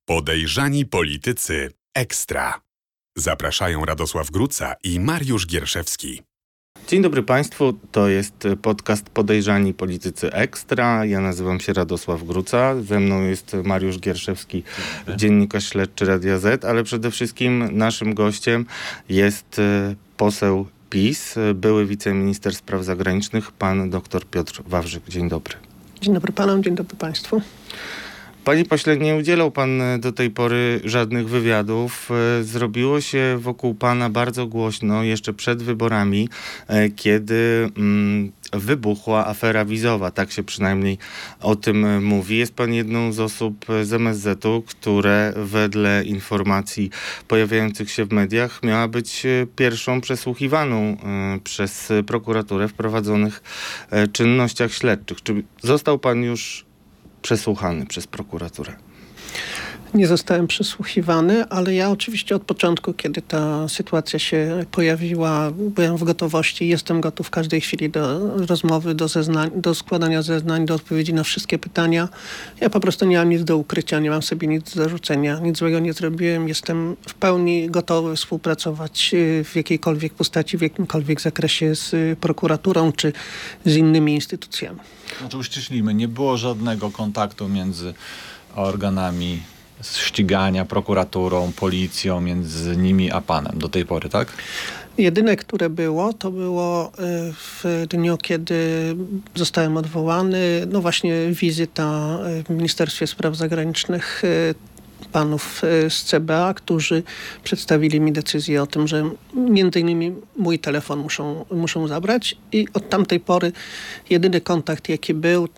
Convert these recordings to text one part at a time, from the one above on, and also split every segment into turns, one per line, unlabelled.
Podejrzani politycy ekstra. Zapraszają Radosław Gruca i Mariusz Gierszewski.
Dzień dobry Państwu, to jest podcast Podejrzani Politycy Ekstra. Ja nazywam się Radosław Gruca, ze mną jest Mariusz Gierszewski, dziennikarz śledczy Radia Z, ale przede wszystkim naszym gościem jest poseł PiS, były wiceminister spraw zagranicznych, pan dr Piotr Wawrzyk. Dzień dobry.
Dzień dobry panom, dzień dobry państwu.
Panie pośle, nie udzielał pan do tej pory żadnych wywiadów. Zrobiło się wokół pana bardzo głośno jeszcze przed wyborami, kiedy wybuchła afera wizowa. Tak się przynajmniej o tym mówi. Jest pan jedną z osób z MSZ-u, które wedle informacji pojawiających się w mediach miała być pierwszą przesłuchiwaną przez prokuraturę w prowadzonych czynnościach śledczych. Czy został pan już przesłuchany przez prokuraturę?
Nie zostałem przesłuchiwany, ale ja oczywiście od początku, kiedy ta sytuacja się pojawiła, byłem w gotowości. Jestem gotów w każdej chwili do rozmowy, do zeznań, do składania zeznań, do odpowiedzi na wszystkie pytania. Ja po prostu nie mam nic do ukrycia, nie mam sobie nic do zarzucenia, nic złego nie zrobiłem. Jestem w pełni gotowy współpracować w jakiejkolwiek postaci, w jakimkolwiek zakresie z prokuraturą czy z innymi instytucjami.
Znaczy uściślimy, nie było żadnego kontaktu między organami ścigania, prokuraturą, policją, między nimi a panem do tej pory, tak?
Jedyne, które było, to było w dniu, kiedy zostałem odwołany, no właśnie wizyta w Ministerstwie Spraw Zagranicznych panów z CBA, którzy przedstawili mi decyzję o tym, że między innymi mój telefon muszą zabrać i od tamtej pory jedyny kontakt, jaki był,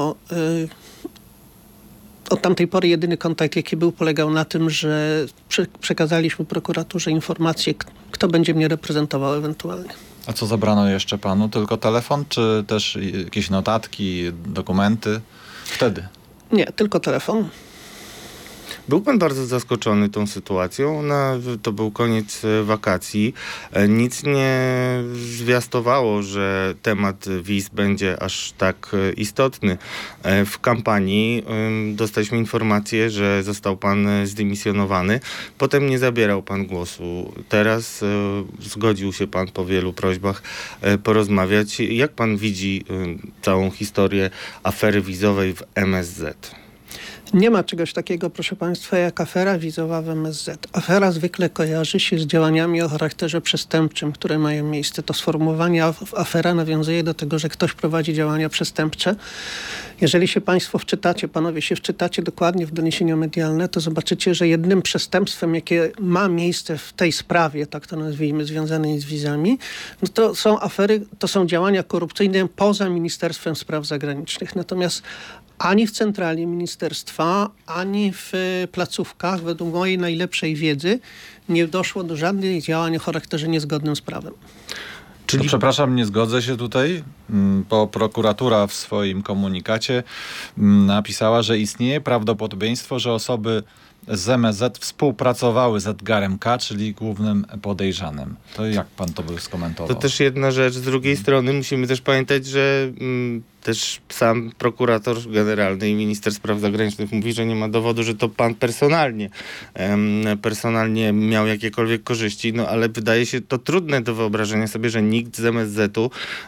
polegał na tym, że przekazaliśmy prokuraturze informację, kto będzie mnie reprezentował ewentualnie.
A co zabrano jeszcze panu? Tylko telefon, czy też jakieś notatki, dokumenty? Wtedy?
Nie, tylko telefon.
Był pan bardzo zaskoczony tą sytuacją. To był koniec wakacji. Nic nie zwiastowało, że temat wiz będzie aż tak istotny. W kampanii dostaliśmy informację, że został pan zdymisjonowany. Potem nie zabierał pan głosu. Teraz zgodził się pan po wielu prośbach porozmawiać. Jak pan widzi całą historię afery wizowej w MSZ?
Nie ma czegoś takiego, proszę państwa, jak afera wizowa w MSZ. Afera zwykle kojarzy się z działaniami o charakterze przestępczym, które mają miejsce. To sformułowanie afera nawiązuje do tego, że ktoś prowadzi działania przestępcze. Jeżeli się państwo panowie się wczytacie dokładnie w doniesienia medialne, to zobaczycie, że jednym przestępstwem, jakie ma miejsce w tej sprawie, tak to nazwijmy, związanej z wizami, no to są afery, to są działania korupcyjne poza Ministerstwem Spraw Zagranicznych. Natomiast ani w centrali ministerstwa, ani w placówkach, według mojej najlepszej wiedzy, nie doszło do żadnych działań o charakterze niezgodnym z prawem.
Czyli... Przepraszam, nie zgodzę się tutaj, bo prokuratura w swoim komunikacie napisała, że istnieje prawdopodobieństwo, że osoby z MSZ współpracowały z Edgarem K., czyli głównym podejrzanym. To jak pan to by skomentował?
To też jedna rzecz. Z drugiej strony musimy też pamiętać, że też sam prokurator generalny i minister spraw zagranicznych mówi, że nie ma dowodu, że to pan personalnie miał jakiekolwiek korzyści, no ale wydaje się to trudne do wyobrażenia sobie, że nikt z MSZ-u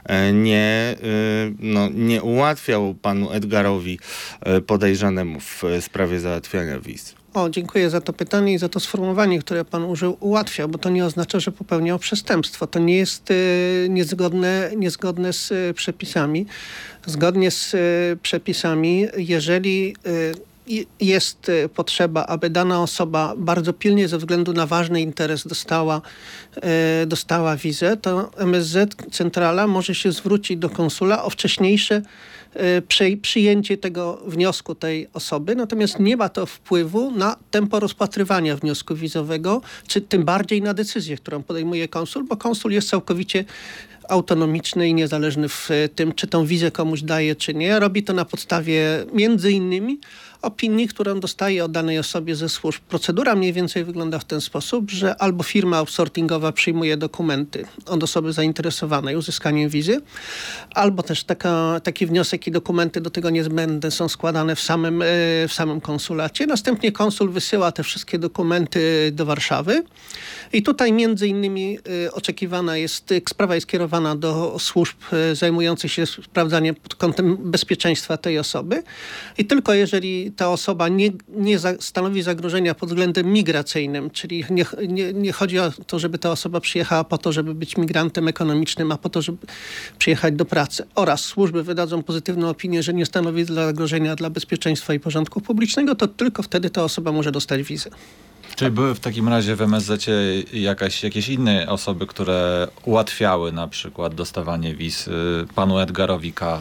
nie ułatwiał panu Edgarowi podejrzanemu w sprawie załatwiania wiz.
Dziękuję za to pytanie i za to sformułowanie, które pan użył, ułatwiał, bo to nie oznacza, że popełniał przestępstwo. To nie jest niezgodne z przepisami. Zgodnie z przepisami, jeżeli jest potrzeba, aby dana osoba bardzo pilnie ze względu na ważny interes dostała wizę, to MSZ Centrala może się zwrócić do konsula o wcześniejsze przyjęcie tego wniosku tej osoby, natomiast nie ma to wpływu na tempo rozpatrywania wniosku wizowego, czy tym bardziej na decyzję, którą podejmuje konsul, bo konsul jest całkowicie autonomiczny i niezależny w tym, czy tą wizę komuś daje, czy nie. Robi to na podstawie między innymi opinii, którą dostaje o danej osobie ze służb. Procedura mniej więcej wygląda w ten sposób, że albo firma outsourcingowa przyjmuje dokumenty od osoby zainteresowanej uzyskaniem wizy, albo też taki wniosek i dokumenty do tego niezbędne są składane w samym konsulacie. Następnie konsul wysyła te wszystkie dokumenty do Warszawy i tutaj między innymi sprawa jest kierowana do służb zajmujących się sprawdzaniem pod kątem bezpieczeństwa tej osoby i tylko jeżeli ta osoba nie stanowi zagrożenia pod względem migracyjnym, czyli nie chodzi o to, żeby ta osoba przyjechała po to, żeby być migrantem ekonomicznym, a po to, żeby przyjechać do pracy, oraz służby wydadzą pozytywną opinię, że nie stanowi zagrożenia dla bezpieczeństwa i porządku publicznego, to tylko wtedy ta osoba może dostać wizę.
Czyli były w takim razie w MSZ-cie jakieś inne osoby, które ułatwiały na przykład dostawanie wiz panu Edgarowi K.?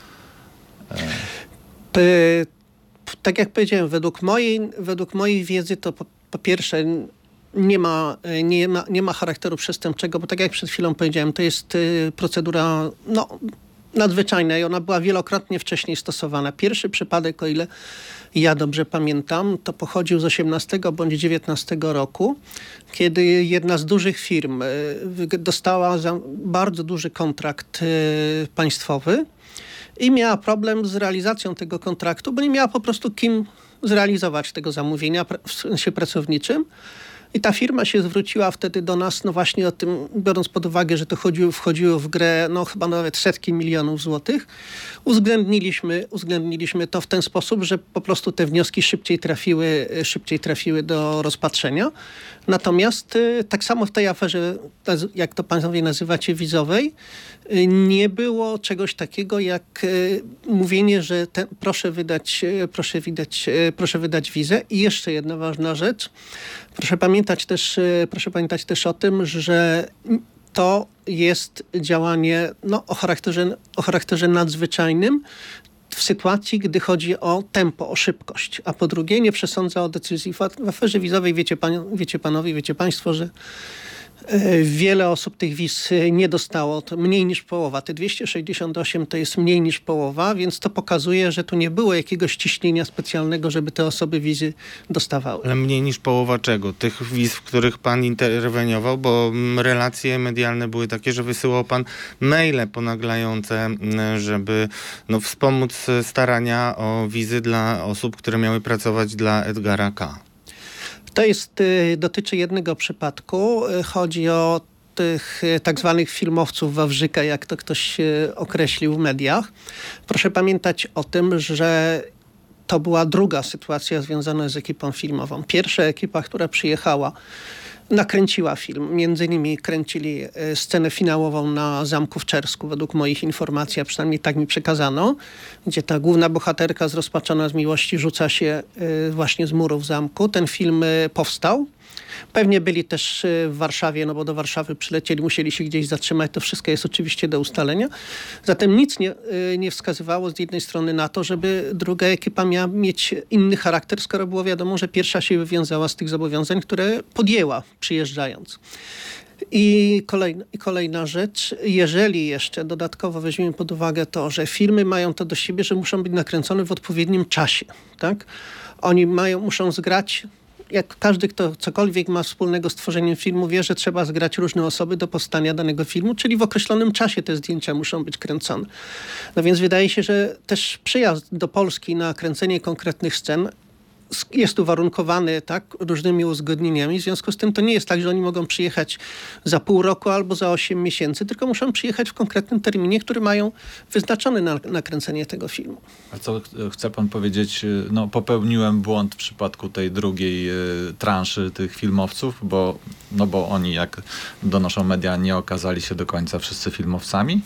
Tak jak powiedziałem, według mojej wiedzy to po pierwsze nie ma charakteru przestępczego, bo tak jak przed chwilą powiedziałem, to jest procedura nadzwyczajna i ona była wielokrotnie wcześniej stosowana. Pierwszy przypadek, o ile ja dobrze pamiętam, to pochodził z 18 bądź 19 roku, kiedy jedna z dużych firm dostała bardzo duży kontrakt państwowy i miała problem z realizacją tego kontraktu, bo nie miała po prostu kim zrealizować tego zamówienia w sensie pracowniczym. I ta firma się zwróciła wtedy do nas, no właśnie o tym, biorąc pod uwagę, że to wchodziło w grę, no chyba nawet setki milionów złotych. Uwzględniliśmy to w ten sposób, że po prostu te wnioski szybciej trafiły do rozpatrzenia. Natomiast tak samo w tej aferze, jak to panowie nazywacie, wizowej, nie było czegoś takiego jak mówienie, że proszę wydać wizę. I jeszcze jedna ważna rzecz. Proszę pamiętać też o tym, że to jest działanie o charakterze nadzwyczajnym w sytuacji, gdy chodzi o tempo, o szybkość. A po drugie, nie przesądza o decyzji. W aferze wizowej wiecie panowie, wiecie państwo, że wiele osób tych wiz nie dostało, to mniej niż połowa. Te 268 to jest mniej niż połowa, więc to pokazuje, że tu nie było jakiegoś ciśnienia specjalnego, żeby te osoby wizy dostawały.
Ale mniej niż połowa czego? Tych wiz, w których pan interweniował, bo relacje medialne były takie, że wysyłał pan maile ponaglające, żeby wspomóc starania o wizy dla osób, które miały pracować dla Edgara K.
To dotyczy jednego przypadku. Chodzi o tych tak zwanych filmowców Wawrzyka, jak to ktoś określił w mediach. Proszę pamiętać o tym, że to była druga sytuacja związana z ekipą filmową. Pierwsza ekipa, która przyjechała, nakręciła film. Między innymi kręcili scenę finałową na Zamku w Czersku, według moich informacji, a przynajmniej tak mi przekazano, gdzie ta główna bohaterka zrozpaczona z miłości rzuca się właśnie z murów zamku. Ten film powstał. Pewnie byli też w Warszawie, no bo do Warszawy przylecieli, musieli się gdzieś zatrzymać. To wszystko jest oczywiście do ustalenia. Zatem nic nie wskazywało z jednej strony na to, żeby druga ekipa miała mieć inny charakter, skoro było wiadomo, że pierwsza się wywiązała z tych zobowiązań, które podjęła przyjeżdżając. I kolejna rzecz, jeżeli jeszcze dodatkowo weźmiemy pod uwagę to, że filmy mają to do siebie, że muszą być nakręcone w odpowiednim czasie, tak? Oni muszą zgrać, jak każdy, kto cokolwiek ma wspólnego z tworzeniem filmu, wie, że trzeba zgrać różne osoby do powstania danego filmu, czyli w określonym czasie te zdjęcia muszą być kręcone. No więc wydaje się, że też przyjazd do Polski na kręcenie konkretnych scen jest uwarunkowany różnymi uzgodnieniami. W związku z tym to nie jest tak, że oni mogą przyjechać za pół roku albo za 8 miesięcy, tylko muszą przyjechać w konkretnym terminie, który mają wyznaczony na nakręcenie tego filmu.
A co chce pan powiedzieć? Popełniłem błąd w przypadku tej drugiej transzy tych filmowców, bo oni, jak donoszą media, nie okazali się do końca wszyscy filmowcami?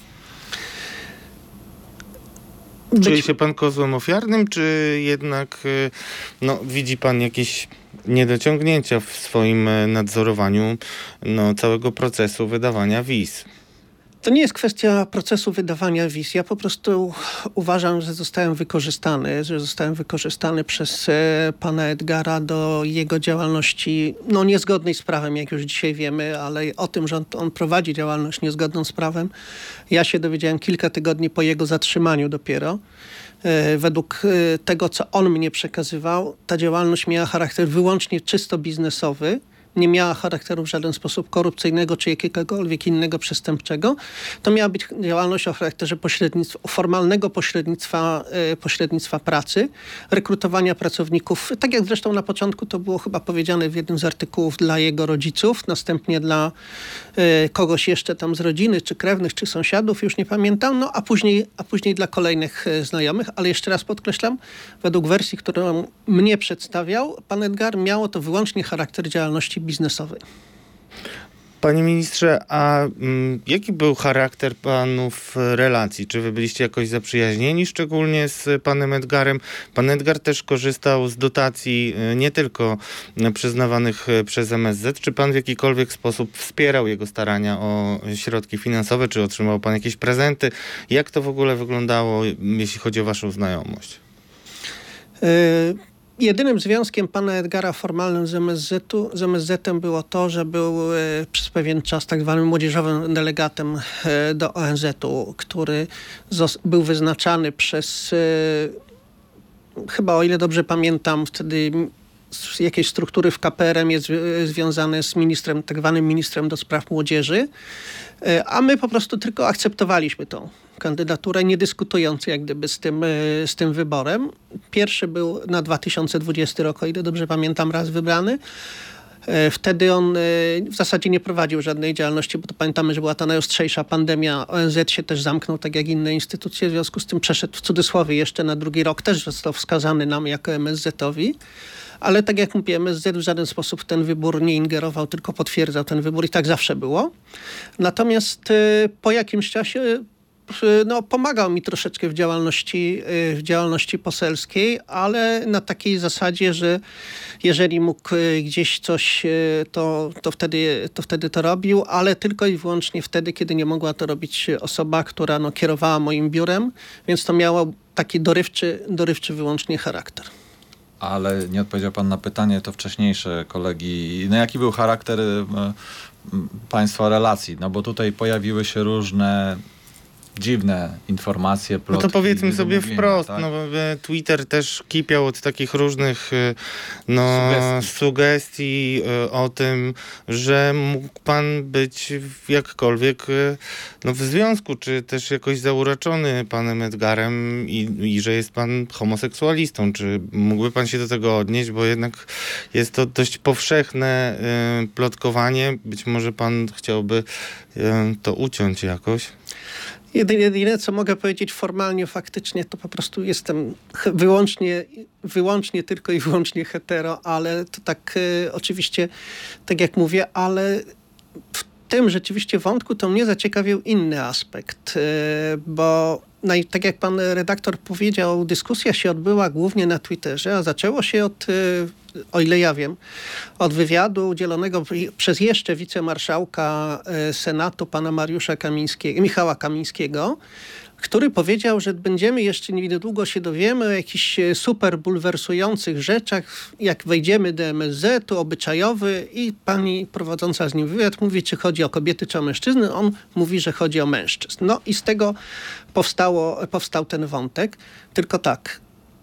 Czuje się pan kozłem ofiarnym, czy jednak widzi pan jakieś niedociągnięcia w swoim nadzorowaniu całego procesu wydawania wiz?
To nie jest kwestia procesu wydawania wiz. Ja po prostu uważam, że zostałem wykorzystany przez pana Edgara do jego działalności niezgodnej z prawem, jak już dzisiaj wiemy, ale o tym, że on prowadzi działalność niezgodną z prawem, ja się dowiedziałem kilka tygodni po jego zatrzymaniu dopiero. według tego, co on mnie przekazywał, ta działalność miała charakter wyłącznie czysto biznesowy. Nie miała charakteru w żaden sposób korupcyjnego czy jakiegokolwiek innego przestępczego. To miała być działalność o charakterze formalnego pośrednictwa pracy, rekrutowania pracowników. Tak jak zresztą na początku to było chyba powiedziane w jednym z artykułów dla jego rodziców, następnie dla kogoś jeszcze tam z rodziny, czy krewnych, czy sąsiadów, już nie pamiętam, no a później dla kolejnych znajomych. Ale jeszcze raz podkreślam, według wersji, którą mnie przedstawiał, pan Edgar, miało to wyłącznie charakter działalności biznesowej.
Panie ministrze, a jaki był charakter panów relacji? Czy wy byliście jakoś zaprzyjaźnieni szczególnie z panem Edgarem? Pan Edgar też korzystał z dotacji nie tylko przyznawanych przez MSZ. Czy pan w jakikolwiek sposób wspierał jego starania o środki finansowe? Czy otrzymał pan jakieś prezenty? Jak to w ogóle wyglądało, jeśli chodzi o waszą znajomość?
Jedynym związkiem pana Edgara formalnym z MSZ-em było to, że był przez pewien czas tak zwanym młodzieżowym delegatem do ONZ-u, który był wyznaczany przez, chyba o ile dobrze pamiętam, wtedy jakieś struktury w KPRM-ie związane z ministrem, tak zwanym ministrem do spraw młodzieży, a my po prostu tylko akceptowaliśmy tą kandydaturę, nie dyskutując jak gdyby z tym wyborem. Pierwszy był na 2020 rok, o ile dobrze pamiętam, raz wybrany. Wtedy on w zasadzie nie prowadził żadnej działalności, bo to pamiętamy, że była ta najostrzejsza pandemia. ONZ się też zamknął, tak jak inne instytucje. W związku z tym przeszedł w cudzysłowie jeszcze na drugi rok. Też został wskazany nam jako MSZ-owi. Ale tak jak mówię, MSZ w żaden sposób w ten wybór nie ingerował, tylko potwierdzał ten wybór i tak zawsze było. Natomiast po jakimś czasie pomagał mi troszeczkę w działalności poselskiej, ale na takiej zasadzie, że jeżeli mógł gdzieś coś, to wtedy to robił, ale tylko i wyłącznie wtedy, kiedy nie mogła to robić osoba, która kierowała moim biurem, więc to miało taki dorywczy wyłącznie charakter.
Ale nie odpowiedział pan na pytanie, to wcześniejsze kolegi. No jaki był charakter państwa relacji? No bo tutaj pojawiły się różne dziwne informacje, plotki.
No to powiedzmy sobie wprost,
tak?
Twitter też kipiał od takich różnych sugestii o tym, że mógł pan być jakkolwiek w związku, czy też jakoś zauroczony panem Edgarem i że jest pan homoseksualistą. Czy mógłby pan się do tego odnieść, bo jednak jest to dość powszechne plotkowanie. Być może pan chciałby to uciąć jakoś.
Jedyne, co mogę powiedzieć formalnie, faktycznie, to po prostu jestem wyłącznie tylko i wyłącznie hetero, ale to tak oczywiście, tak jak mówię, ale w tym rzeczywiście wątku to mnie zaciekawił inny aspekt, bo tak jak pan redaktor powiedział, dyskusja się odbyła głównie na Twitterze, a zaczęło się od, o ile ja wiem, od wywiadu udzielonego przez jeszcze wicemarszałka Senatu, pana Michała Kamińskiego, który powiedział, że będziemy jeszcze niedługo się dowiemy o jakichś super bulwersujących rzeczach, jak wejdziemy do MSZ-u, obyczajowy, i pani prowadząca z nim wywiad mówi, czy chodzi o kobiety, czy o mężczyzny. On mówi, że chodzi o mężczyzn. No i z tego powstał ten wątek. Tylko tak,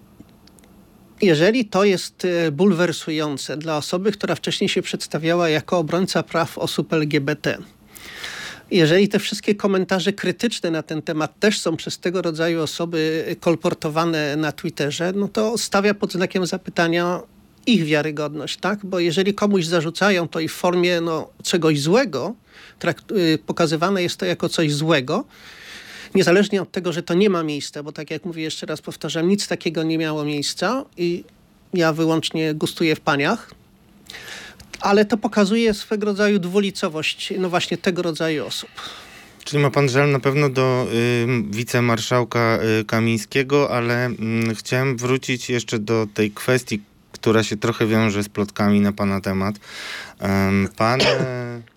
jeżeli to jest bulwersujące dla osoby, która wcześniej się przedstawiała jako obrońca praw osób LGBT, jeżeli te wszystkie komentarze krytyczne na ten temat też są przez tego rodzaju osoby kolportowane na Twitterze, no to stawia pod znakiem zapytania ich wiarygodność, tak? Bo jeżeli komuś zarzucają to i w formie czegoś złego, pokazywane jest to jako coś złego, niezależnie od tego, że to nie ma miejsca, bo tak jak mówię, jeszcze raz powtarzam, nic takiego nie miało miejsca i ja wyłącznie gustuję w paniach, ale to pokazuje swego rodzaju dwulicowość właśnie tego rodzaju osób.
Czyli ma pan żal na pewno do wicemarszałka Kamińskiego, ale chciałem wrócić jeszcze do tej kwestii, która się trochę wiąże z plotkami na pana temat. Pan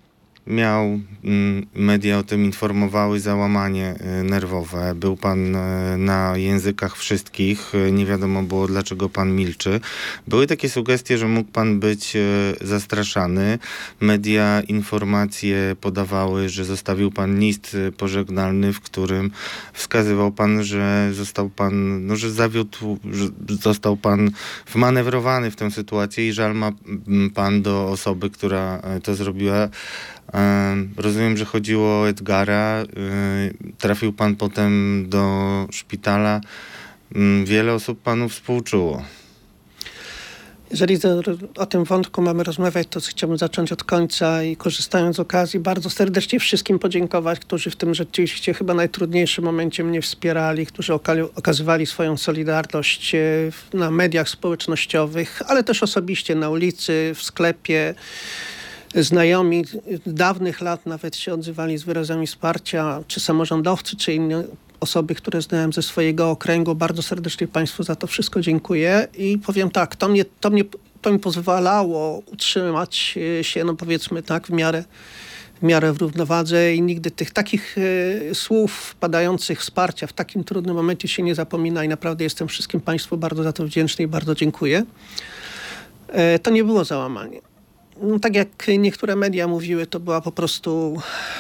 miał, media o tym informowały, załamanie nerwowe. Był pan na językach wszystkich. Nie wiadomo było, dlaczego pan milczy. Były takie sugestie, że mógł pan być zastraszany. Media informacje podawały, że zostawił pan list pożegnalny, w którym wskazywał pan, że został pan, że zawiódł, że został pan wmanewrowany w tę sytuację i żal ma pan do osoby, która to zrobiła. Rozumiem, że chodziło o Edgara. Trafił pan potem do szpitala. Wiele osób panu współczuło.
Jeżeli o tym wątku mamy rozmawiać, to chciałbym zacząć od końca i korzystając z okazji bardzo serdecznie wszystkim podziękować, którzy w tym rzeczywiście chyba najtrudniejszym momencie mnie wspierali, którzy okazywali swoją solidarność na mediach społecznościowych, ale też osobiście na ulicy, w sklepie. Znajomi dawnych lat nawet się odzywali z wyrazami wsparcia, czy samorządowcy, czy inne osoby, które znałem ze swojego okręgu. Bardzo serdecznie Państwu za to wszystko dziękuję i powiem tak, to mi pozwalało utrzymać się, no powiedzmy tak, w miarę w równowadze i nigdy tych takich słów padających wsparcia w takim trudnym momencie się nie zapomina i naprawdę jestem wszystkim Państwu bardzo za to wdzięczny i bardzo dziękuję. To nie było załamanie. No, tak jak niektóre media mówiły, to była po prostu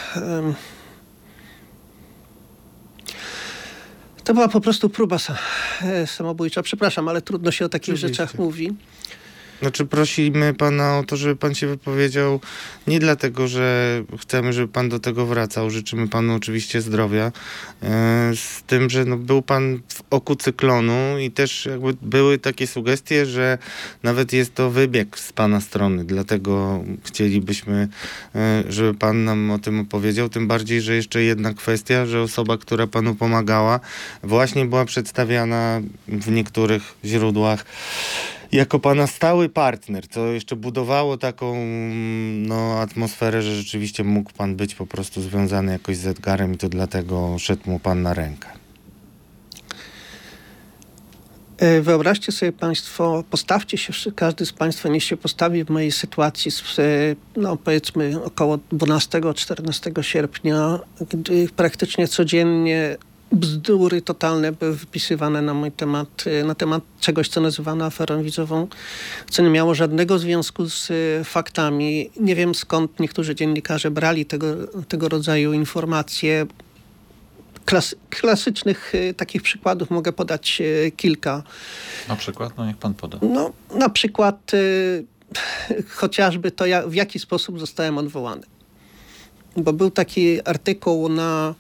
próba samobójcza. Przepraszam, ale trudno się o takich rzeczach mówi.
Znaczy prosimy pana o to, żeby pan się wypowiedział nie dlatego, że chcemy, żeby pan do tego wracał. Życzymy panu oczywiście zdrowia. Z tym, że był pan w oku cyklonu i też jakby były takie sugestie, że nawet jest to wybieg z pana strony. Dlatego chcielibyśmy, żeby pan nam o tym opowiedział. Tym bardziej, że jeszcze jedna kwestia, że osoba, która panu pomagała, właśnie była przedstawiana w niektórych źródłach jako pana stały partner, co jeszcze budowało taką atmosferę, że rzeczywiście mógł pan być po prostu związany jakoś z Edgarem i to dlatego szedł mu pan na rękę.
Wyobraźcie sobie Państwo, postawcie się, każdy z Państwa niech się postawi w mojej sytuacji powiedzmy około 12-14 sierpnia, gdy praktycznie codziennie bzdury totalne były wypisywane na temat czegoś, co nazywano aferą wizową, co nie miało żadnego związku z faktami. Nie wiem, skąd niektórzy dziennikarze brali tego rodzaju informacje. Klasycznych takich przykładów mogę podać kilka.
Na przykład? No niech pan poda.
No, na przykład chociażby to, w jaki sposób zostałem odwołany. Bo był taki artykuł na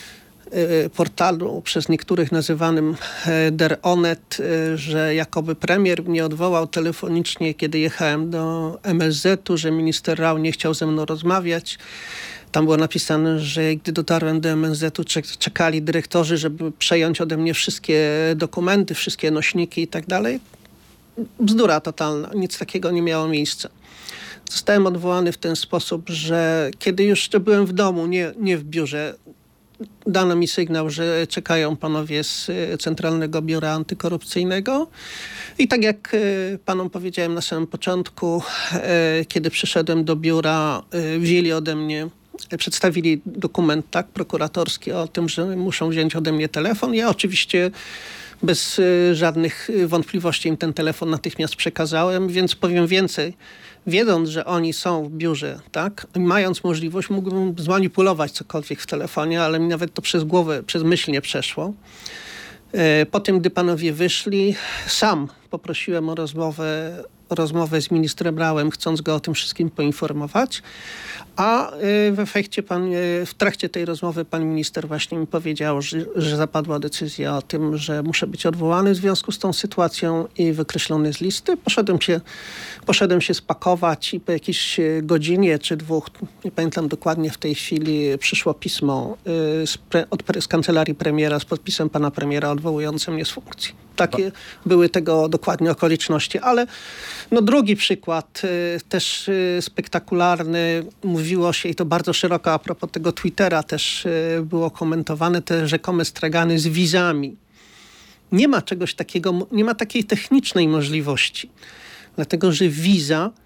portalu przez niektórych nazywanym Der Onet, że jakoby premier mnie odwołał telefonicznie, kiedy jechałem do MSZ-u, że minister Rau nie chciał ze mną rozmawiać. Tam było napisane, że gdy dotarłem do MSZ-u, czekali dyrektorzy, żeby przejąć ode mnie wszystkie dokumenty, wszystkie nośniki i tak dalej. Bzdura totalna. Nic takiego nie miało miejsca. Zostałem odwołany w ten sposób, że kiedy już byłem w domu, nie w biurze, dano mi sygnał, że czekają panowie z Centralnego Biura Antykorupcyjnego i tak jak panom powiedziałem na samym początku, kiedy przyszedłem do biura, wzięli ode mnie, przedstawili dokument prokuratorski o tym, że muszą wziąć ode mnie telefon. Ja oczywiście bez żadnych wątpliwości im ten telefon natychmiast przekazałem, więc powiem więcej. Wiedząc, że oni są w biurze, mając możliwość, mógłbym zmanipulować cokolwiek w telefonie, ale mi nawet to przez głowę, przez myśl nie przeszło. Potem, gdy panowie wyszli, sam poprosiłem o rozmowę z ministrem Rauem, chcąc go o tym wszystkim poinformować, a w efekcie w trakcie tej rozmowy pan minister właśnie mi powiedział, że zapadła decyzja o tym, że muszę być odwołany w związku z tą sytuacją i wykreślony z listy. Poszedłem się spakować i po jakiejś godzinie czy dwóch, nie pamiętam dokładnie w tej chwili, przyszło pismo z kancelarii premiera z podpisem pana premiera odwołującym mnie z funkcji. Takie były tego dokładnie okoliczności, ale drugi przykład, też spektakularny, mówiło się i to bardzo szeroko a propos tego Twittera też było komentowane, te rzekome stragany z wizami. Nie ma czegoś takiego, nie ma takiej technicznej możliwości, dlatego że wiza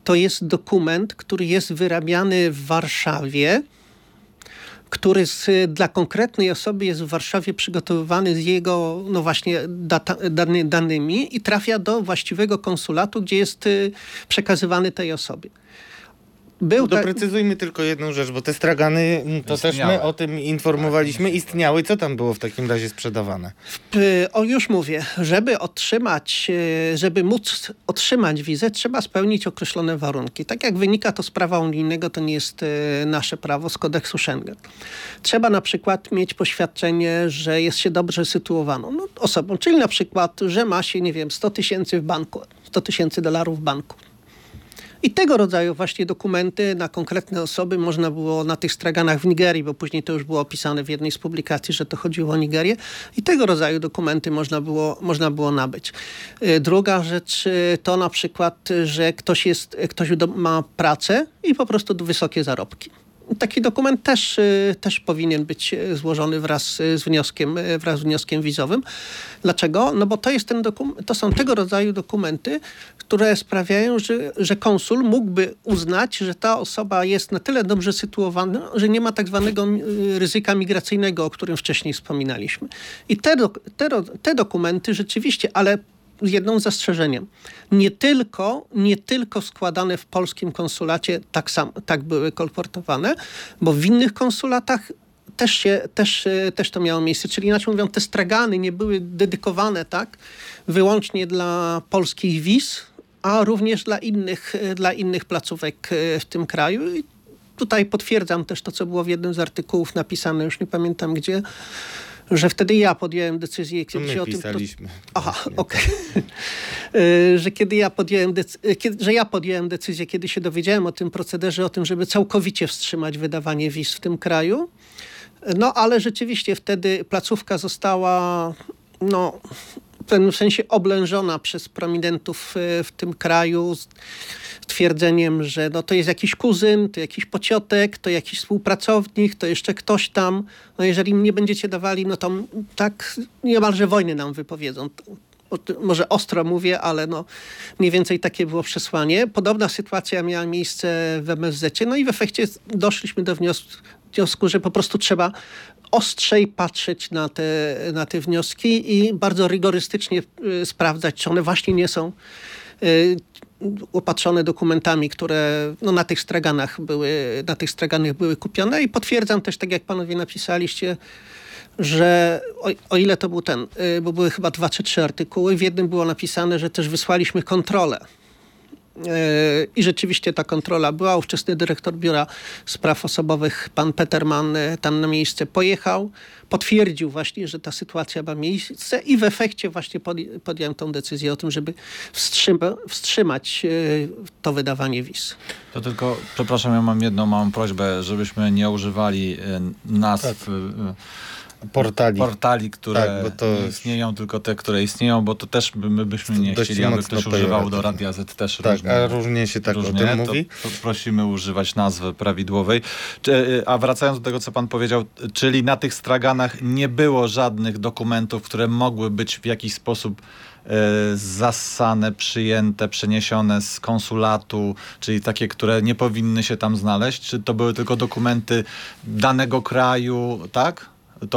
to jest dokument, który jest wyrabiany w Warszawie, który dla konkretnej osoby jest w Warszawie przygotowywany z jego, no właśnie, danymi i trafia do właściwego konsulatu, gdzie jest przekazywany tej osobie.
Doprecyzujmy tylko jedną rzecz, bo te stragany, to istniały. Też my o tym informowaliśmy, istniały. Co tam było w takim razie sprzedawane?
Już mówię, żeby móc otrzymać wizę, trzeba spełnić określone warunki. Tak jak wynika to z prawa unijnego, to nie jest nasze prawo, z kodeksu Schengen. Trzeba na przykład mieć poświadczenie, że jest się dobrze sytuowaną osobą, czyli na przykład, że ma się, nie wiem, 100 tysięcy w banku, $100,000 w banku. I tego rodzaju właśnie dokumenty na konkretne osoby można było na tych straganach w Nigerii, bo później to już było opisane w jednej z publikacji, że to chodziło o Nigerię. I tego rodzaju dokumenty można było nabyć. Druga rzecz to na przykład, że ktoś ma pracę i po prostu wysokie zarobki. Taki dokument też powinien być złożony wraz z wnioskiem wizowym. Dlaczego? No bo to są tego rodzaju dokumenty, które sprawiają, że konsul mógłby uznać, że ta osoba jest na tyle dobrze sytuowana, że nie ma tak zwanego ryzyka migracyjnego, o którym wcześniej wspominaliśmy. I te dokumenty rzeczywiście, ale z jednym zastrzeżeniem. Nie tylko składane w polskim konsulacie tak były kolportowane, bo w innych konsulatach też to miało miejsce. Czyli inaczej mówiąc, te stragany nie były dedykowane wyłącznie dla polskich wiz, a również dla innych placówek w tym kraju. I tutaj potwierdzam też to, co było w jednym z artykułów napisane, już nie pamiętam gdzie, że wtedy ja podjąłem decyzję, kiedy się o tym...
pisaliśmy.
Aha, okej. Że ja podjąłem decyzję, kiedy się dowiedziałem o tym procederze, o tym, żeby całkowicie wstrzymać wydawanie wiz w tym kraju. No, ale rzeczywiście wtedy placówka została, w pewnym sensie oblężona przez prominentów w tym kraju z twierdzeniem, że to jest jakiś kuzyn, to jakiś pociotek, to jakiś współpracownik, to jeszcze ktoś tam. No jeżeli im nie będziecie dawali, to tak niemalże wojny nam wypowiedzą. Może ostro mówię, ale mniej więcej takie było przesłanie. Podobna sytuacja miała miejsce w MSZ-cie. No i w efekcie doszliśmy do wniosku, że po prostu trzeba ostrzej patrzeć na te wnioski i bardzo rygorystycznie sprawdzać, czy one właśnie nie są opatrzone dokumentami, które na tych straganach były kupione. I potwierdzam też, tak jak panowie napisaliście, że o ile to był bo były chyba 2 czy 3 artykuły, w jednym było napisane, że też wysłaliśmy kontrolę. I rzeczywiście ta kontrola była. Ówczesny dyrektor Biura Spraw Osobowych, pan Peterman, tam na miejsce pojechał, potwierdził właśnie, że ta sytuacja ma miejsce i w efekcie właśnie podjąłem tą decyzję o tym, żeby wstrzymać to wydawanie wiz.
To tylko, przepraszam, ja mam jedną małą prośbę, żebyśmy nie używali nazw... Portali, które istnieją, tylko te, które istnieją, bo to też my byśmy nie chcieli, aby ktoś używał do Radia Z też różnie.
A różnie się tak różnie, o tym mówi.
To prosimy używać nazwy prawidłowej. A wracając do tego, co pan powiedział, czyli na tych straganach nie było żadnych dokumentów, które mogły być w jakiś sposób zassane, przyjęte, przeniesione z konsulatu, czyli takie, które nie powinny się tam znaleźć? Czy to były tylko dokumenty danego kraju, tak?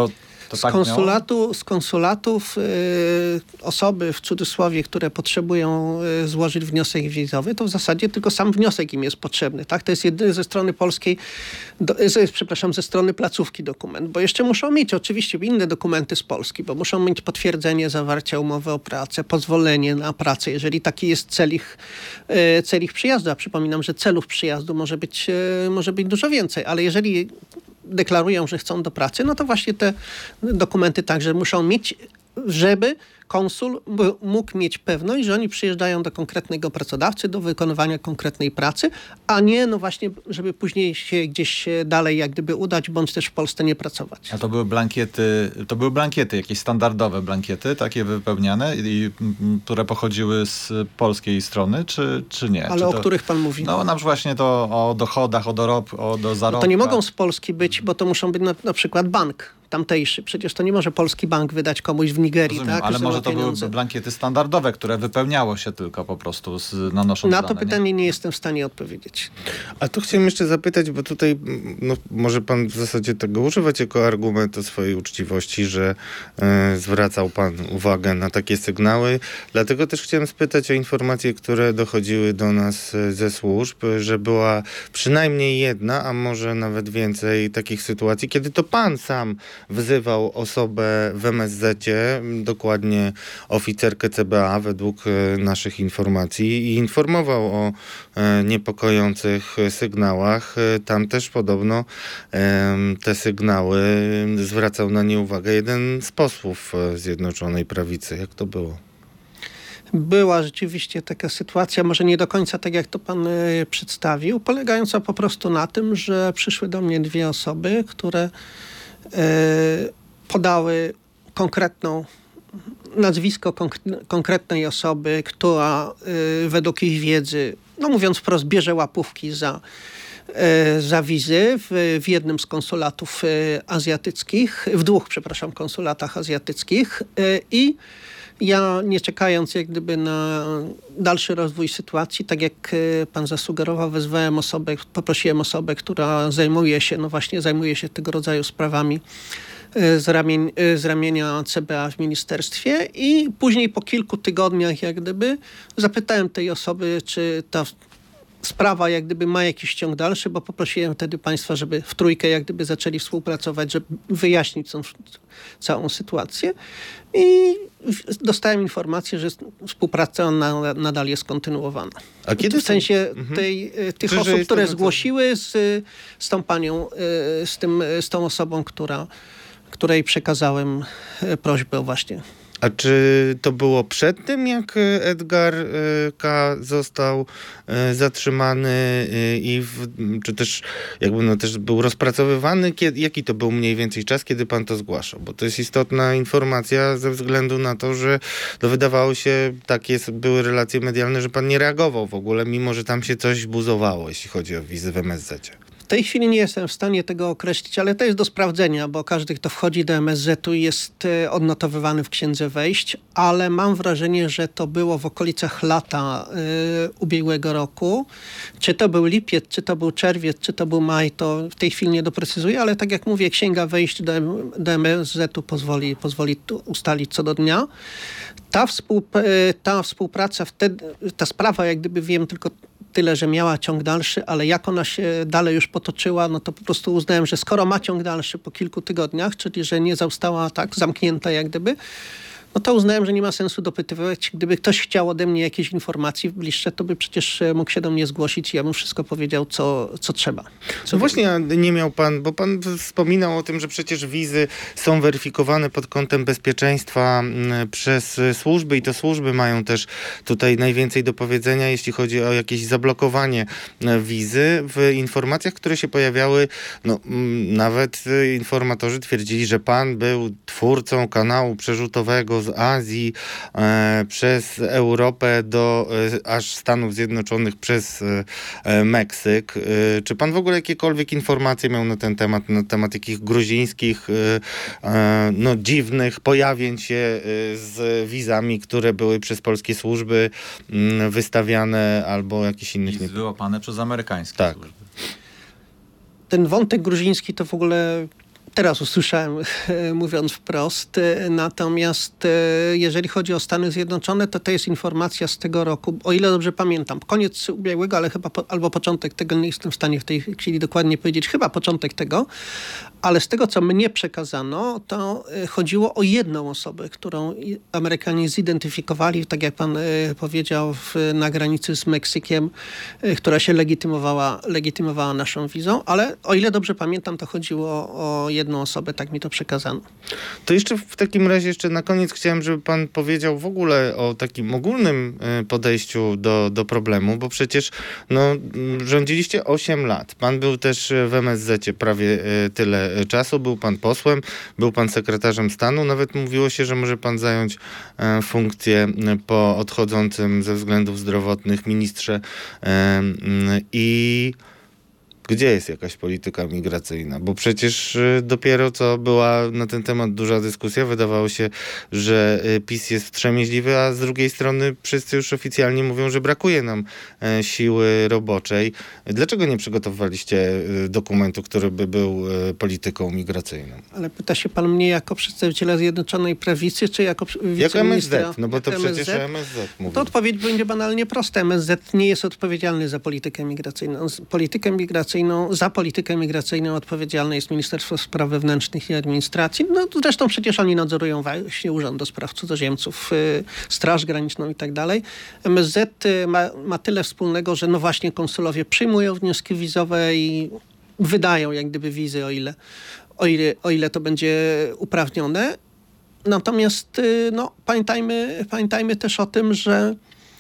Z
konsulatów osoby, w cudzysłowie, które potrzebują złożyć wniosek wizowy, to w zasadzie tylko sam wniosek im jest potrzebny. Tak? To jest jedyny ze strony polskiej, ze strony placówki dokument, bo jeszcze muszą mieć oczywiście inne dokumenty z Polski, bo muszą mieć potwierdzenie zawarcia umowy o pracę, pozwolenie na pracę, jeżeli taki jest cel ich przyjazdu. A przypominam, że celów przyjazdu może być dużo więcej, ale jeżeli deklarują, że chcą do pracy, no to właśnie te dokumenty także muszą mieć, żeby konsul mógł mieć pewność, że oni przyjeżdżają do konkretnego pracodawcy, do wykonywania konkretnej pracy, a nie właśnie, żeby później się gdzieś dalej jak gdyby udać, bądź też w Polsce nie pracować.
A to były blankiety, jakieś standardowe blankiety, takie wypełniane, które pochodziły z polskiej strony, czy nie?
Ale o których pan mówi?
No na przykład właśnie to o dochodach, do zarobka.
To nie mogą z Polski być, bo to muszą być na przykład bank tamtejszy. Przecież to nie może polski bank wydać komuś w Nigerii.
Rozumiem,
tak?
Ale może to były blankiety standardowe, które wypełniało się tylko po prostu nanosząc
Na
dane,
to pytanie nie jestem w stanie odpowiedzieć.
A tu chciałem jeszcze zapytać, bo tutaj może pan w zasadzie tego używać jako argument o swojej uczciwości, że zwracał pan uwagę na takie sygnały. Dlatego też chciałem spytać o informacje, które dochodziły do nas ze służb, że była przynajmniej jedna, a może nawet więcej takich sytuacji, kiedy to pan sam wzywał osobę w MSZ-cie, dokładnie oficerkę CBA według naszych informacji i informował o niepokojących sygnałach. Tam też podobno te sygnały zwracał na nie uwagę jeden z posłów Zjednoczonej Prawicy. Jak to było?
Była rzeczywiście taka sytuacja, może nie do końca tak, jak to pan przedstawił, polegająca po prostu na tym, że przyszły do mnie dwie osoby, które podały nazwisko konkretnej osoby, która według ich wiedzy, no mówiąc wprost, bierze łapówki za wizy w jednym z konsulatów azjatyckich, w dwóch, przepraszam, konsulatach azjatyckich i ja, nie czekając jak gdyby na dalszy rozwój sytuacji, tak jak pan zasugerował, poprosiłem osobę, która zajmuje się tego rodzaju sprawami z ramienia CBA w ministerstwie i później po kilku tygodniach jak gdyby zapytałem tej osoby, czy ta sprawa jak gdyby ma jakiś ciąg dalszy, bo poprosiłem wtedy państwa, żeby w trójkę jak gdyby zaczęli współpracować, żeby wyjaśnić całą sytuację i dostałem informację, że współpraca nadal jest kontynuowana.
A kiedy
w sensie tych osób, które zgłosiły z tą panią, z tą osobą, której przekazałem prośbę właśnie.
A czy to było przed tym, jak Edgar K. został zatrzymany czy też jakby też był rozpracowywany? Jaki to był mniej więcej czas, kiedy pan to zgłaszał? Bo to jest istotna informacja ze względu na to, że wydawało się, były relacje medialne, że pan nie reagował w ogóle, mimo że tam się coś buzowało, jeśli chodzi o wizy w MSZ-cie.
W tej chwili nie jestem w stanie tego określić, ale to jest do sprawdzenia, bo każdy, kto wchodzi do MSZ-u, jest odnotowywany w księdze wejść, ale mam wrażenie, że to było w okolicach lata ubiegłego roku. Czy to był lipiec, czy to był czerwiec, czy to był maj, to w tej chwili nie doprecyzuję, ale tak jak mówię, księga wejść do MSZ-u pozwoli ustalić co do dnia. Ta współpraca wtedy, ta sprawa jak gdyby wiem tylko tyle, że miała ciąg dalszy, ale jak ona się dalej już potoczyła, no to po prostu uznałem, że skoro ma ciąg dalszy po kilku tygodniach, czyli że nie została tak zamknięta jak gdyby, no to uznałem, że nie ma sensu dopytywać. Gdyby ktoś chciał ode mnie jakieś informacji bliższe, to by przecież mógł się do mnie zgłosić i ja bym wszystko powiedział, co trzeba.
No właśnie, nie miał pan, bo pan wspominał o tym, że przecież wizy są weryfikowane pod kątem bezpieczeństwa przez służby i to służby mają też tutaj najwięcej do powiedzenia, jeśli chodzi o jakieś zablokowanie wizy. W informacjach, które się pojawiały, nawet informatorzy twierdzili, że pan był twórcą kanału przerzutowego z Azji przez Europę do aż Stanów Zjednoczonych przez Meksyk. Czy pan w ogóle jakiekolwiek informacje miał na ten temat, na temat jakich gruzińskich dziwnych pojawień się z wizami, które były przez polskie służby wystawiane albo jakichś innych...
Wizy wyłapane przez amerykańskie służby.
Ten wątek gruziński to w ogóle... Teraz usłyszałem, mówiąc wprost. Natomiast jeżeli chodzi o Stany Zjednoczone, to jest informacja z tego roku, o ile dobrze pamiętam, koniec ubiegłego, ale chyba albo początek tego, nie jestem w stanie w tej chwili dokładnie powiedzieć, chyba początek tego, ale z tego, co mnie przekazano, to chodziło o jedną osobę, którą Amerykanie zidentyfikowali, tak jak pan powiedział, na granicy z Meksykiem, która się legitymowała naszą wizą, ale o ile dobrze pamiętam, to chodziło o jedną osobę, tak mi to przekazano.
To jeszcze w takim razie na koniec chciałem, żeby pan powiedział w ogóle o takim ogólnym podejściu do problemu, bo przecież rządziliście 8 lat. Pan był też w MSZ-cie prawie tyle czasu, był pan posłem, był pan sekretarzem stanu, nawet mówiło się, że może pan zająć funkcję po odchodzącym ze względów zdrowotnych ministrze i Gdzie jest jakaś polityka migracyjna? Bo przecież dopiero co była na ten temat duża dyskusja. Wydawało się, że PiS jest wstrzemięźliwy, a z drugiej strony wszyscy już oficjalnie mówią, że brakuje nam siły roboczej. Dlaczego nie przygotowaliście dokumentu, który by był polityką migracyjną?
Ale pyta się pan mnie jako przedstawiciela Zjednoczonej Prawicy, czy jako
Jako
wiceministra?
MSZ, no bo to przecież MSZ mówi.
To odpowiedź będzie banalnie prosta. MSZ nie jest odpowiedzialny za politykę migracyjną. Za politykę migracyjną odpowiedzialne jest Ministerstwo Spraw Wewnętrznych i Administracji. No zresztą przecież oni nadzorują właśnie Urząd do Spraw Cudzoziemców, Straż Graniczną i tak dalej. MSZ ma tyle wspólnego, że no właśnie konsulowie przyjmują wnioski wizowe i wydają jak gdyby wizy, o ile to będzie uprawnione. Natomiast no, pamiętajmy też o tym, że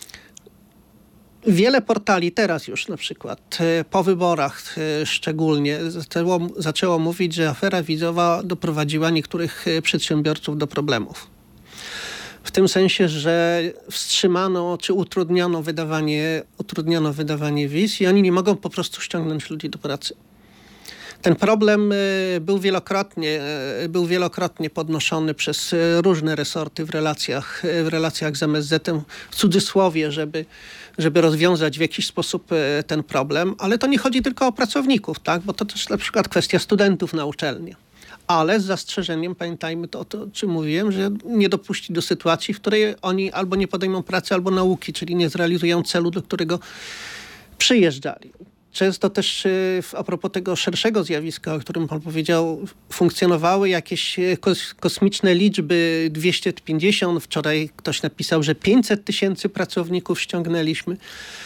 wiele portali teraz już na przykład po wyborach szczególnie zaczęło mówić, że afera wizowa doprowadziła niektórych przedsiębiorców do problemów. W tym sensie, że wstrzymano czy utrudniono wydawanie wiz i oni nie mogą po prostu ściągnąć ludzi do pracy. Ten problem był wielokrotnie podnoszony przez różne resorty w relacjach z MSZ-em, w cudzysłowie, żeby rozwiązać w jakiś sposób ten problem, ale to nie chodzi tylko o pracowników, tak? Bo to też na przykład kwestia studentów na uczelni. Ale z zastrzeżeniem, pamiętajmy to, o czym mówiłem, że nie dopuścić do sytuacji, w której oni albo nie podejmą pracy, albo nauki, czyli nie zrealizują celu, do którego przyjeżdżali. Często też a propos tego szerszego zjawiska, o którym pan powiedział, funkcjonowały jakieś kosmiczne liczby 250. Wczoraj ktoś napisał, że 500 000 pracowników ściągnęliśmy.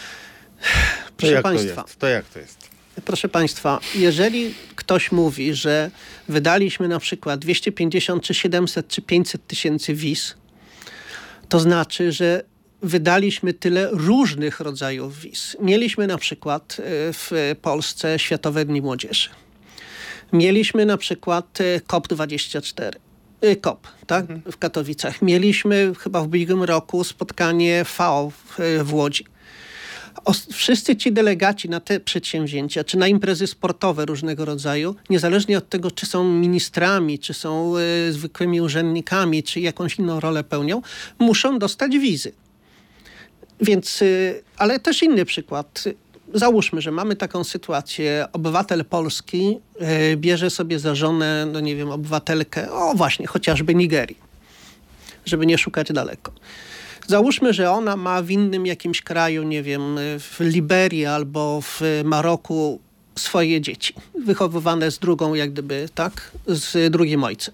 Proszę państwa.
To jak to jest?
Proszę państwa, jeżeli ktoś mówi, że wydaliśmy na przykład 250 czy 700 czy 500 tysięcy wiz, to znaczy, że wydaliśmy tyle różnych rodzajów wiz. Mieliśmy na przykład w Polsce Światowe Dni Młodzieży. Mieliśmy na przykład COP24. Tak? W Katowicach. Mieliśmy chyba w ubiegłym roku spotkanie FAO w Łodzi. Wszyscy ci delegaci na te przedsięwzięcia, czy na imprezy sportowe różnego rodzaju, niezależnie od tego, czy są ministrami, czy są zwykłymi urzędnikami, czy jakąś inną rolę pełnią, muszą dostać wizy. Więc, ale też inny przykład. Załóżmy, że mamy taką sytuację. Obywatel polski bierze sobie za żonę, no nie wiem, obywatelkę, właśnie, chociażby Nigerii, żeby nie szukać daleko. Załóżmy, że ona ma w innym jakimś kraju, nie wiem, w Liberii albo w Maroku swoje dzieci, wychowywane z drugą, jak gdyby, tak, z drugim ojcem.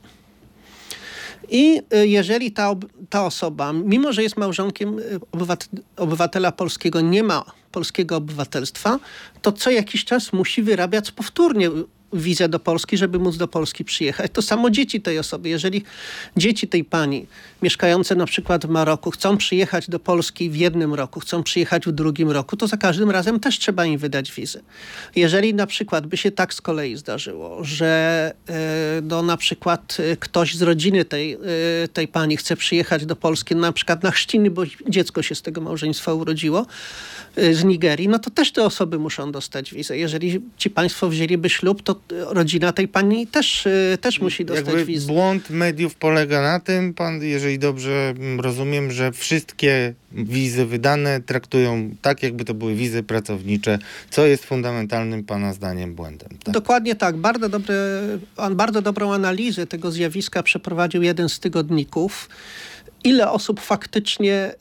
I jeżeli ta osoba, mimo że jest małżonkiem obywatela polskiego, nie ma polskiego obywatelstwa, to co jakiś czas musi wyrabiać powtórnie wizę do Polski, żeby móc do Polski przyjechać. To samo dzieci tej osoby. Jeżeli dzieci tej pani mieszkające na przykład w Maroku chcą przyjechać do Polski w jednym roku, chcą przyjechać w drugim roku, to za każdym razem też trzeba im wydać wizę. Jeżeli na przykład by się tak z kolei zdarzyło, że na przykład ktoś z rodziny tej pani chce przyjechać do Polski na przykład na chrzciny, bo dziecko się z tego małżeństwa urodziło, z Nigerii, no to też te osoby muszą dostać wizę. Jeżeli ci państwo wzięliby ślub, to rodzina tej pani też musi dostać wizę.
Błąd mediów polega na tym, jeżeli dobrze rozumiem, że wszystkie wizy wydane traktują tak, jakby to były wizy pracownicze, co jest fundamentalnym pana zdaniem błędem. Tak?
Dokładnie tak. Bardzo dobrą analizę tego zjawiska przeprowadził jeden z tygodników. Ile osób faktycznie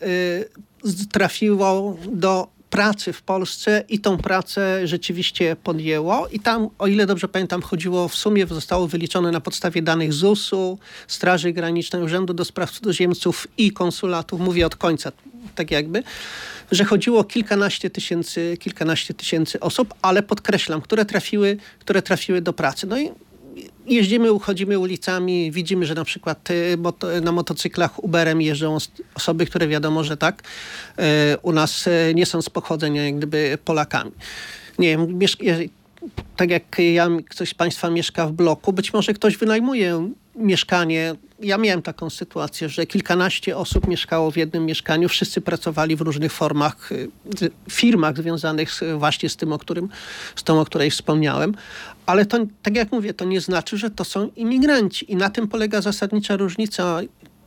trafiło do pracy w Polsce i tą pracę rzeczywiście podjęło. I tam, o ile dobrze pamiętam, chodziło w sumie, zostało wyliczone na podstawie danych ZUS-u, Straży Granicznej, Urzędu do Spraw Cudzoziemców i konsulatów, mówię od końca, tak jakby, że chodziło o kilkanaście tysięcy osób, ale podkreślam, które trafiły do pracy. No i chodzimy ulicami, widzimy, że na przykład na motocyklach Uberem jeżdżą osoby, które wiadomo, że tak, u nas nie są z pochodzenia jak gdyby Polakami. Nie wiem, tak jak ktoś z państwa mieszka w bloku, być może ktoś wynajmuje mieszkanie. Ja miałem taką sytuację, że kilkanaście osób mieszkało w jednym mieszkaniu, wszyscy pracowali w różnych formach, firmach związanych właśnie z tą, o której wspomniałem. Ale to, tak jak mówię, to nie znaczy, że to są imigranci. I na tym polega zasadnicza różnica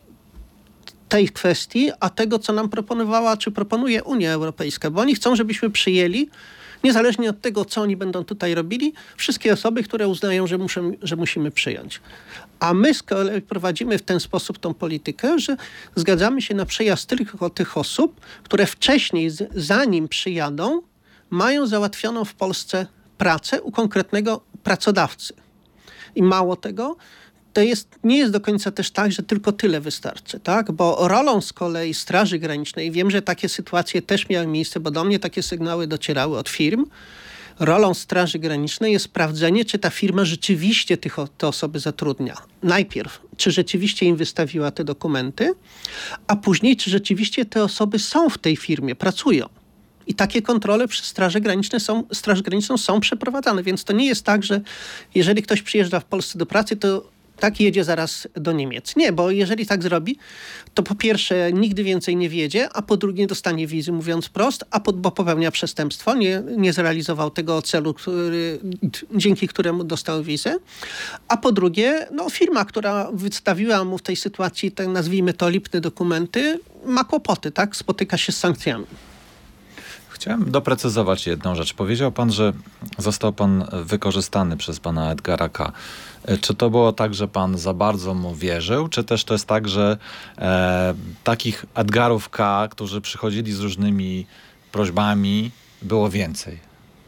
tej kwestii, a tego, co nam proponowała, czy proponuje Unia Europejska. Bo oni chcą, żebyśmy przyjęli, niezależnie od tego, co oni będą tutaj robili, wszystkie osoby, które uznają, że musimy przyjąć. A my z kolei prowadzimy w ten sposób tą politykę, że zgadzamy się na przyjazd tylko tych osób, które wcześniej, zanim przyjadą, mają załatwioną w Polsce pracę u konkretnego pracodawcy. I mało tego, nie jest do końca też tak, że tylko tyle wystarczy, tak? Bo rolą z kolei Straży Granicznej, wiem, że takie sytuacje też miały miejsce, bo do mnie takie sygnały docierały od firm, rolą Straży Granicznej jest sprawdzenie, czy ta firma rzeczywiście te osoby zatrudnia. Najpierw, czy rzeczywiście im wystawiła te dokumenty, a później, czy rzeczywiście te osoby są w tej firmie, pracują. I takie kontrole przez Straż Graniczną są przeprowadzane, więc to nie jest tak, że jeżeli ktoś przyjeżdża w Polsce do pracy, to tak jedzie zaraz do Niemiec. Nie, bo jeżeli tak zrobi, to po pierwsze nigdy więcej nie wjedzie, a po drugie dostanie wizy, mówiąc prost, bo popełnia przestępstwo, nie zrealizował tego celu, dzięki któremu dostał wizę. A po drugie, firma, która wystawiła mu w tej sytuacji, tak nazwijmy to, lipne dokumenty, ma kłopoty, tak? Spotyka się z sankcjami.
Chciałem doprecyzować jedną rzecz. Powiedział pan, że został pan wykorzystany przez pana Edgara K. Czy to było tak, że pan za bardzo mu wierzył, czy też to jest tak, że takich Edgarów K., którzy przychodzili z różnymi prośbami, było więcej?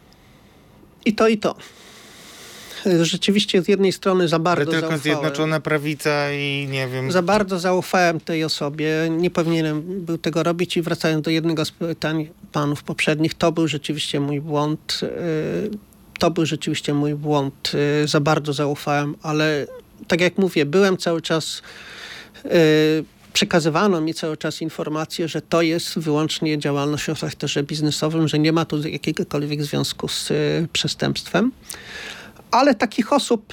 I to, i to. Rzeczywiście z jednej strony za bardzo
tylko
zaufałem.
Zjednoczona Prawica i nie wiem...
Za bardzo zaufałem tej osobie. Nie powinienem był tego robić i wracając do jednego z pytań panów poprzednich, to był rzeczywiście mój błąd. Za bardzo zaufałem, ale tak jak mówię, byłem cały czas... Przekazywano mi cały czas informacje, że to jest wyłącznie działalność o charakterze biznesowym, że nie ma tu jakiegokolwiek związku z przestępstwem. Ale takich osób,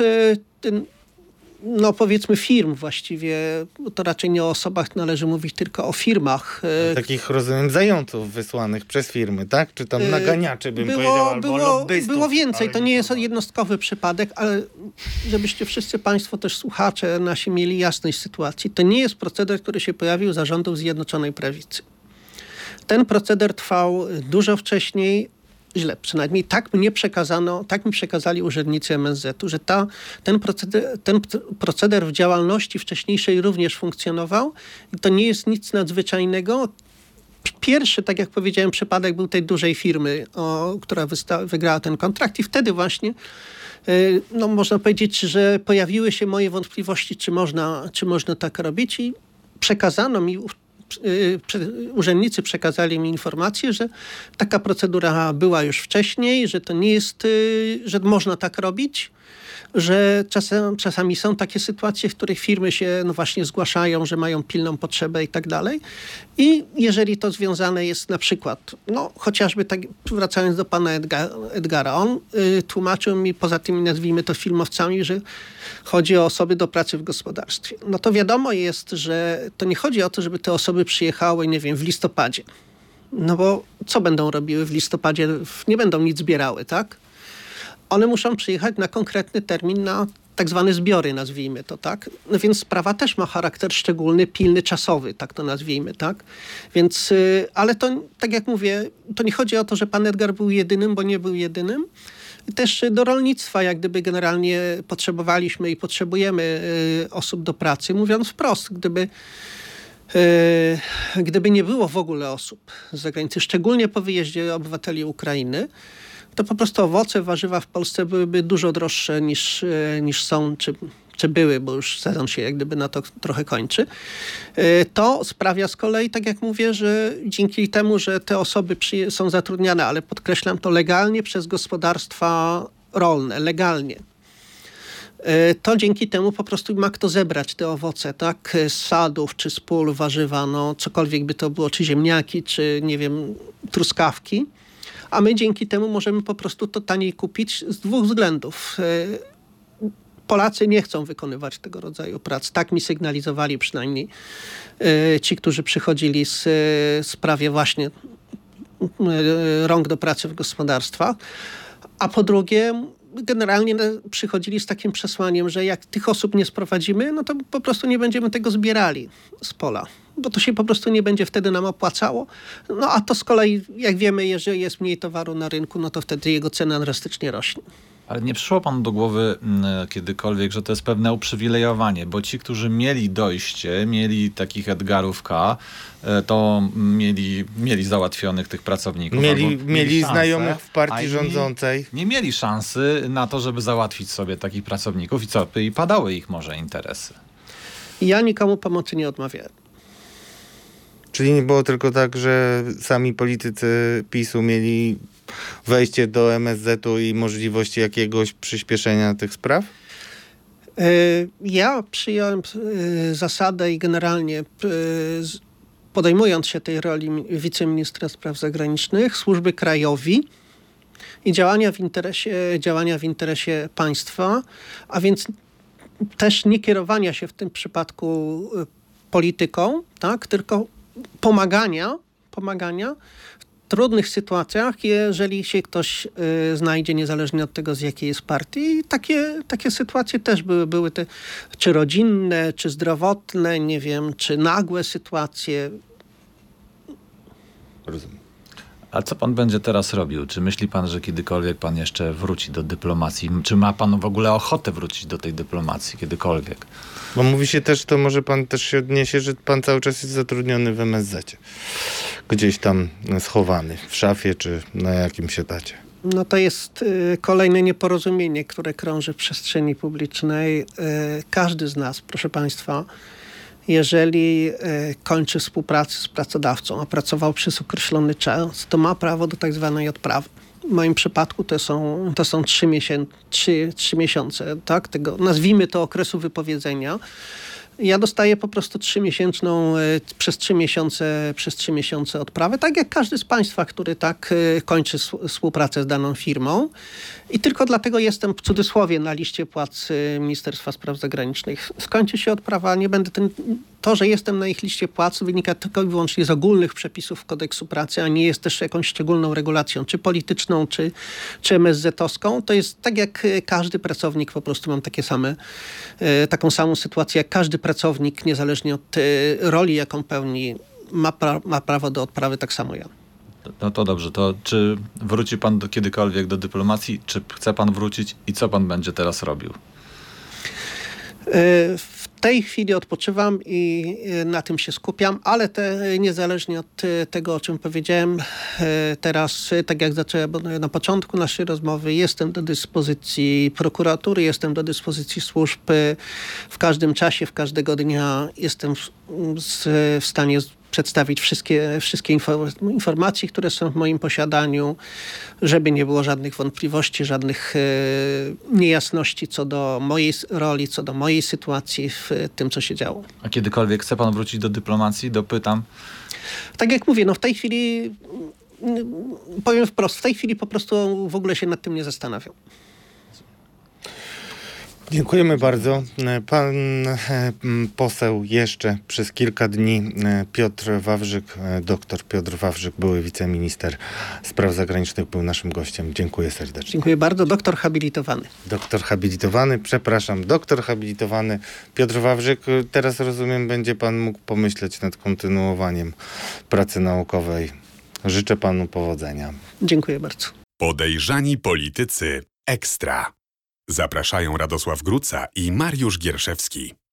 powiedzmy firm właściwie, to raczej nie o osobach należy mówić, tylko o firmach.
Takich, rozumiem, zająców wysłanych przez firmy, tak? Czy tam naganiaczy, bym powiedział, albo lobbystów.
Było więcej, to nie jest jednostkowy przypadek, ale żebyście wszyscy państwo, też słuchacze nasi mieli jasność sytuacji. To nie jest proceder, który się pojawił za rządów Zjednoczonej Prawicy. Ten proceder trwał dużo wcześniej, źle przynajmniej. Tak mi przekazali urzędnicy MSZ-u, że ten proceder w działalności wcześniejszej również funkcjonował i to nie jest nic nadzwyczajnego. Pierwszy, tak jak powiedziałem, przypadek był tej dużej firmy, która wygrała ten kontrakt i wtedy właśnie można powiedzieć, że pojawiły się moje wątpliwości, czy można tak robić i przekazano mi urzędnicy przekazali mi informację, że taka procedura była już wcześniej, że to nie jest, że można tak robić, że czasami są takie sytuacje, w których firmy się właśnie zgłaszają, że mają pilną potrzebę i tak dalej. I jeżeli to związane jest na przykład, chociażby tak, wracając do pana Edgara, on tłumaczył mi, poza tymi nazwijmy to filmowcami, że chodzi o osoby do pracy w gospodarstwie. No to wiadomo jest, że to nie chodzi o to, żeby te osoby przyjechały, nie wiem, w listopadzie. No bo co będą robiły w listopadzie? Nie będą nic zbierały, tak? One muszą przyjechać na konkretny termin, na tak zwane zbiory, nazwijmy to, tak? No więc sprawa też ma charakter szczególny, pilny, czasowy, tak to nazwijmy, tak? Więc, ale to, tak jak mówię, to nie chodzi o to, że pan Edgar był jedynym, bo nie był jedynym. Też do rolnictwa, jak gdyby generalnie potrzebowaliśmy i potrzebujemy osób do pracy, mówiąc wprost, gdyby nie było w ogóle osób z zagranicy, szczególnie po wyjeździe obywateli Ukrainy, to po prostu owoce, warzywa w Polsce byłyby dużo droższe niż są, czy były, bo już sezon się jak gdyby na to trochę kończy. To sprawia z kolei, tak jak mówię, że dzięki temu, że te osoby są zatrudniane, ale podkreślam to legalnie przez gospodarstwa rolne, legalnie, to dzięki temu po prostu ma kto zebrać te owoce, tak? Z sadów, czy z pól, warzywa, cokolwiek by to było, czy ziemniaki, czy nie wiem, truskawki. A my dzięki temu możemy po prostu to taniej kupić z dwóch względów. Polacy nie chcą wykonywać tego rodzaju prac. Tak mi sygnalizowali przynajmniej ci, którzy przychodzili z sprawie właśnie rąk do pracy w gospodarstwach. A po drugie, generalnie przychodzili z takim przesłaniem, że jak tych osób nie sprowadzimy, no to po prostu nie będziemy tego zbierali z pola. Bo to się po prostu nie będzie wtedy nam opłacało. No a to z kolei, jak wiemy, jeżeli jest mniej towaru na rynku, no to wtedy jego cena drastycznie rośnie.
Ale nie przyszło panu do głowy kiedykolwiek, że to jest pewne uprzywilejowanie, bo ci, którzy mieli dojście, mieli takich Edgarów K., to mieli załatwionych tych pracowników.
Mieli
szansę,
znajomych w partii rządzącej.
Nie mieli szansy na to, żeby załatwić sobie takich pracowników i padały ich może interesy.
Ja nikomu pomocy nie odmawiałem.
Czyli nie było tylko tak, że sami politycy PiS-u mieli wejście do MSZ-u i możliwości jakiegoś przyspieszenia tych spraw?
Ja przyjąłem zasadę i generalnie podejmując się tej roli wiceministra spraw zagranicznych, służby krajowi i działania w interesie państwa, a więc też nie kierowania się w tym przypadku polityką, tak, tylko pomagania w trudnych sytuacjach, jeżeli się ktoś znajdzie, niezależnie od tego, z jakiej jest partii. I takie sytuacje też były te, czy rodzinne, czy zdrowotne, nie wiem, czy nagłe sytuacje.
Rozumiem.
A co pan będzie teraz robił? Czy myśli pan, że kiedykolwiek pan jeszcze wróci do dyplomacji? Czy ma pan w ogóle ochotę wrócić do tej dyplomacji kiedykolwiek?
Bo mówi się też, to może pan też się odniesie, że pan cały czas jest zatrudniony w MSZ-cie. Gdzieś tam schowany, w szafie czy na jakimś etacie.
No to jest kolejne nieporozumienie, które krąży w przestrzeni publicznej. Każdy z nas, proszę państwa, jeżeli kończy współpracę z pracodawcą, a pracował przez określony czas, to ma prawo do tak zwanej odprawy. W moim przypadku to są 3 miesiące, tak? Tego, nazwijmy to okresu wypowiedzenia. Ja dostaję po prostu 3-miesięczną, przez 3 miesiące odprawę, tak jak każdy z państwa, który tak kończy współpracę z daną firmą. I tylko dlatego jestem w cudzysłowie na liście płac Ministerstwa Spraw Zagranicznych. Skończy się odprawa, nie będę to, że jestem na ich liście płac, wynika tylko i wyłącznie z ogólnych przepisów Kodeksu Pracy, a nie jest też jakąś szczególną regulacją, czy polityczną, czy MSZ-owską. To jest tak jak każdy pracownik, po prostu mam taką samą sytuację, jak każdy pracownik, niezależnie od roli, jaką pełni, ma prawo do odprawy, tak samo ja.
No to dobrze, to czy wróci pan kiedykolwiek do dyplomacji, czy chce pan wrócić i co pan będzie teraz robił?
W tej chwili odpoczywam i na tym się skupiam, ale niezależnie od tego, o czym powiedziałem, teraz, tak jak zacząłem na początku naszej rozmowy, jestem do dyspozycji prokuratury, jestem do dyspozycji służb w każdym czasie, w każdego dnia jestem w stanie przedstawić wszystkie informacje, które są w moim posiadaniu, żeby nie było żadnych wątpliwości, żadnych niejasności co do mojej roli, co do mojej sytuacji w tym, co się działo.
A kiedykolwiek chce pan wrócić do dyplomacji? Dopytam.
Tak jak mówię, no w tej chwili, powiem wprost, w tej chwili po prostu w ogóle się nad tym nie zastanawiam.
Dziękujemy bardzo. Pan poseł jeszcze przez kilka dni, Piotr Wawrzyk, doktor Piotr Wawrzyk, były wiceminister spraw zagranicznych, był naszym gościem. Dziękuję serdecznie.
Dziękuję bardzo. Doktor habilitowany.
Doktor habilitowany Piotr Wawrzyk. Teraz rozumiem, będzie pan mógł pomyśleć nad kontynuowaniem pracy naukowej. Życzę panu powodzenia.
Dziękuję bardzo.
Podejrzani politycy ekstra. Zapraszają Radosław Gruca i Mariusz Gierszewski.